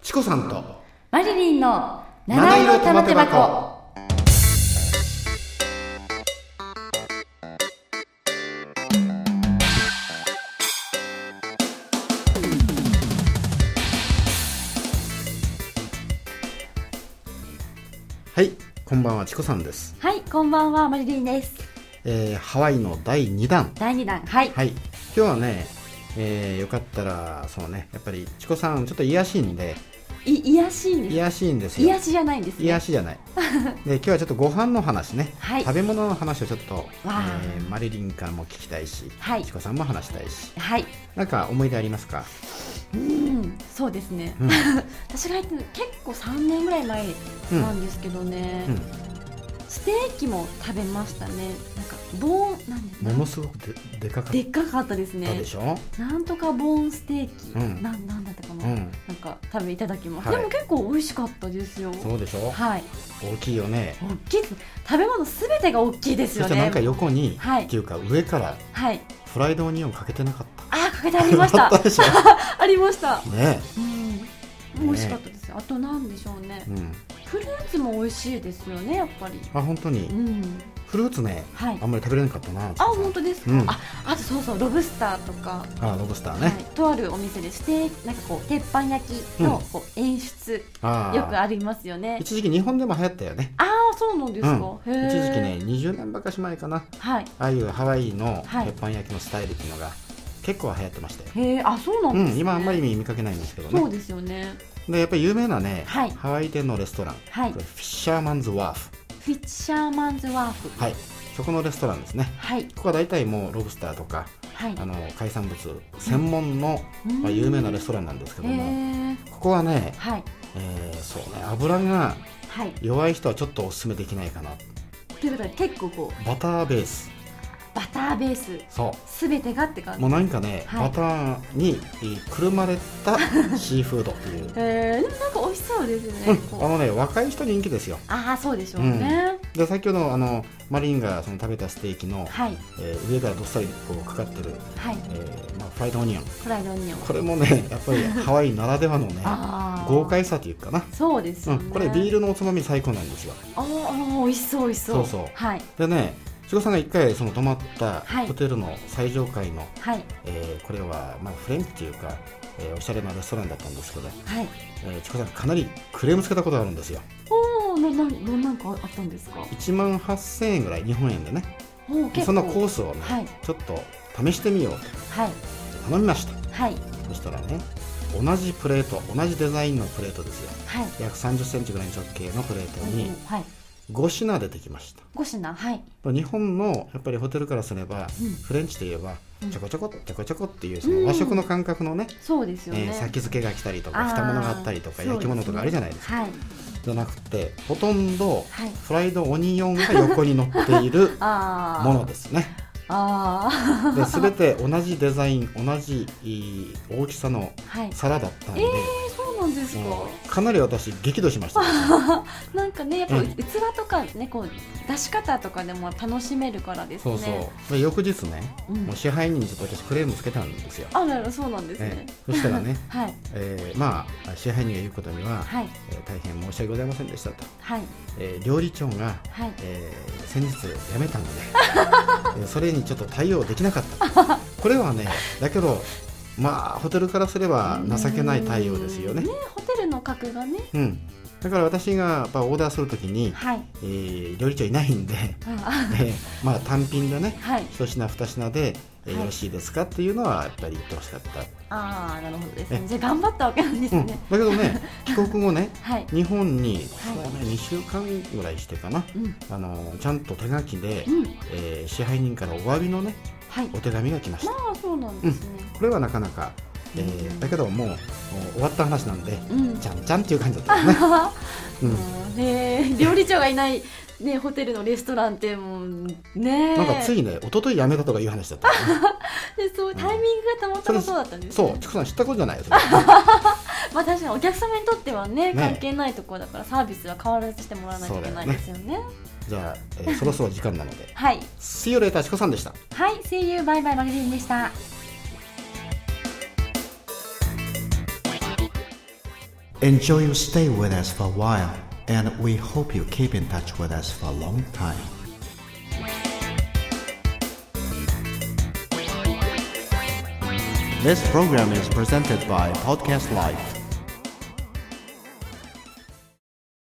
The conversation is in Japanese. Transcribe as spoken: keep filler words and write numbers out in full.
チコさんとマリリンの七色玉手箱。 はい、こんばんは、チコさんです。 はい、こんばんは、マリリンです。 えー、ハワイのだいにだん。 だいにだん、はい。 はい、今日はね、えー、よかったらそうね、やっぱりチコさんちょっと癒やしいんで。 い癒やしいんです。 癒やしいんですよ。 癒やしじゃないんですね。 癒やしじゃない。で、今日はちょっとご飯の話ね、 はい、 食べ物の話をちょっと、 えー、マリリンからも聞きたいし、 はい、 チコさんも話したいし、 はい、 なんか思い出ありますか？ うん、そうですね、うん、私が言って結構さんねんぐらい前なんですけどね、うんうん、ステーキも食べましたね。なんかボーンなんでものすごく で, でかかった。 でっかかったですね。 でしょ？ なんとかボーンステーキ、うん、な, なんだったかな、うん、なんか食べいただきます、はい、でも結構美味しかったですよ。 そうでしょ？はい。大きいよね。 大きいです。食べ物すべてが大きいですよね。 そしてなんか横に、はい、っていうか上から、はい、フライドオニオンかけてなかった？ あ、かけてありましたあったでしょ？ ありましたね。 うん、美味しかったです。あとなんでしょうね、うん、フルーツも美味しいですよね、やっぱり。 あ、本当に、うん、フルーツね、はい、あんまり食べれなかったな。 あ、本当ですか、うん、あ, あとそうそう、ロブスターとか。 あ、ロブスターね、はい、 とあるお店でしてなんかこう鉄板焼きのこう演出、うん、よくありますよね。 一時期日本でも流行ったよね。 ああ、そうなんですか、うん、 へ一時期ね、にじゅうねんばかし前かな、はい、ああいうハワイの鉄板焼きのスタイルっていうのが結構流行ってましたよ。 へえ、あ、そうなんですね、うん、 今あんまり見かけないんですけどね。 そうですよね。 でやっぱり有名なね、はい、ハワイ店のレストラン、はい、フィッシャーマンズワーフ。 フィッシャーマンズワーフ、はい、 そこのレストランですね、はい、ここは大体もうロブスターとか、はい、あの海産物専門の、うん、まあ、有名なレストランなんですけども、ここはね、はい、えー、そうね、油が弱い人はちょっとおすすめできないかな。 ということで結構こうバターベース。 バターベース、そうすべてがって感じ。 もうなんかね、はい、バターにくるまれたシーフードっていうえー、でもなんか美味しそうですね、 うん、あのね、若い人人気ですよ。 ああ、そうでしょうね、 うん、で先ほどあのマリンがその食べたステーキの、はい、えー、上からどっさりこうかかってる、はい、えーまあ、フライドオニオン。フライドオニオン、これもねやっぱりハワイならではのね豪快さというかな。そうですよね、うん、これビールのおつまみ最高なんですよ。 ああ、美味しそう美味しそう。そうそう、はい、でね、チコさんがいっかいその泊まったホテルの最上階の、はい、えー、これはまあフレンチというか、えー、おしゃれなレストランだったんですけど、はい、えー、チコさんかなりクレームつけたことがあるんですよ。 おお、な、な、なんかあったんですか？ いちまんはっせんえんぐらい、日本円でね。そのコースをね、はい、ちょっと試してみようと、はい、頼みました、はい、そしたらね、同じプレート、同じデザインのプレートですよ、はい、約さんじゅっセンチぐらいの直径のプレートに、うんはい、ごしな出てきました。 ごしな、はい、 日本のやっぱりホテルからすれば、うん、フレンチといえばちょこちょこちょこちょこっていうその和食の感覚のね、 そうですよね、 えー、先付けが来たりとか、蓋物があったりとか、焼き物とかあるじゃないですか、はい、じゃなくてほとんどフライドオニオンが横に乗っているものですね。あで全て同じデザイン、同じ大きさの皿だったんで、はい、えー、そうなんですか。かなり私激怒しましたなんかね、やっぱ器とかね、こう出し方とかでも楽しめるからですね。 そうそう。で翌日ね、うん、もう支配人にちょっと私クレームつけたんですよ。 あ、なるほど、そうなんですね、 えー、そしたらね、はい、えー、まあ支配人が言うことには、はい、えー、大変申し訳ございませんでしたと、はい、えー、料理長が、はい、えー、先日辞めたのでそれにちょっと対応できなかったこれはね、だけどまあホテルからすれば情けない対応ですよね。ね、 ホテルの格がね、 うん、だから私がやっぱオーダーするときに、はい、えー、料理長いないんで、あえー、まあ単品でね、はい、一品二品で、えーはい、よろしいですかっていうのはやっぱり言ってほしかった。 ああ、なるほどですね。じゃあ頑張ったわけなんですね、うん、だけどね、帰国後ね、はい、日本に、そうね、にしゅうかんぐらいしてかな、うん、あのちゃんと手書きで、うん、えー、支配人からお詫びのね、はい、お手紙が来ました。 まあそうなんですね、 うん、これはなかなか、えー、だけどもう、もう終わった話なんで、うん、ちゃんちゃんっていう感じだったんですね、 うん、へー、料理長がいないね、ホテルのレストランってもうね、 なんかついね、一昨日辞めたとかいう話だった、ね、 でそう、タイミングがたまたまそうだったんですね、 そう、チコさん知ったことじゃないですかまあ確かにお客様にとっては ね, ね関係ないところだから、サービスは変わらずしてもらわないといけないですよね。 じゃあ、えー、そろそろ時間なのではい、 See you later、チコさんでした。 はい、See you、バイバイ、マリリンでした。 enjoy your stay with us for a while, and we hope you keep in touch with us for a long time. This program is presented by Podcast Life.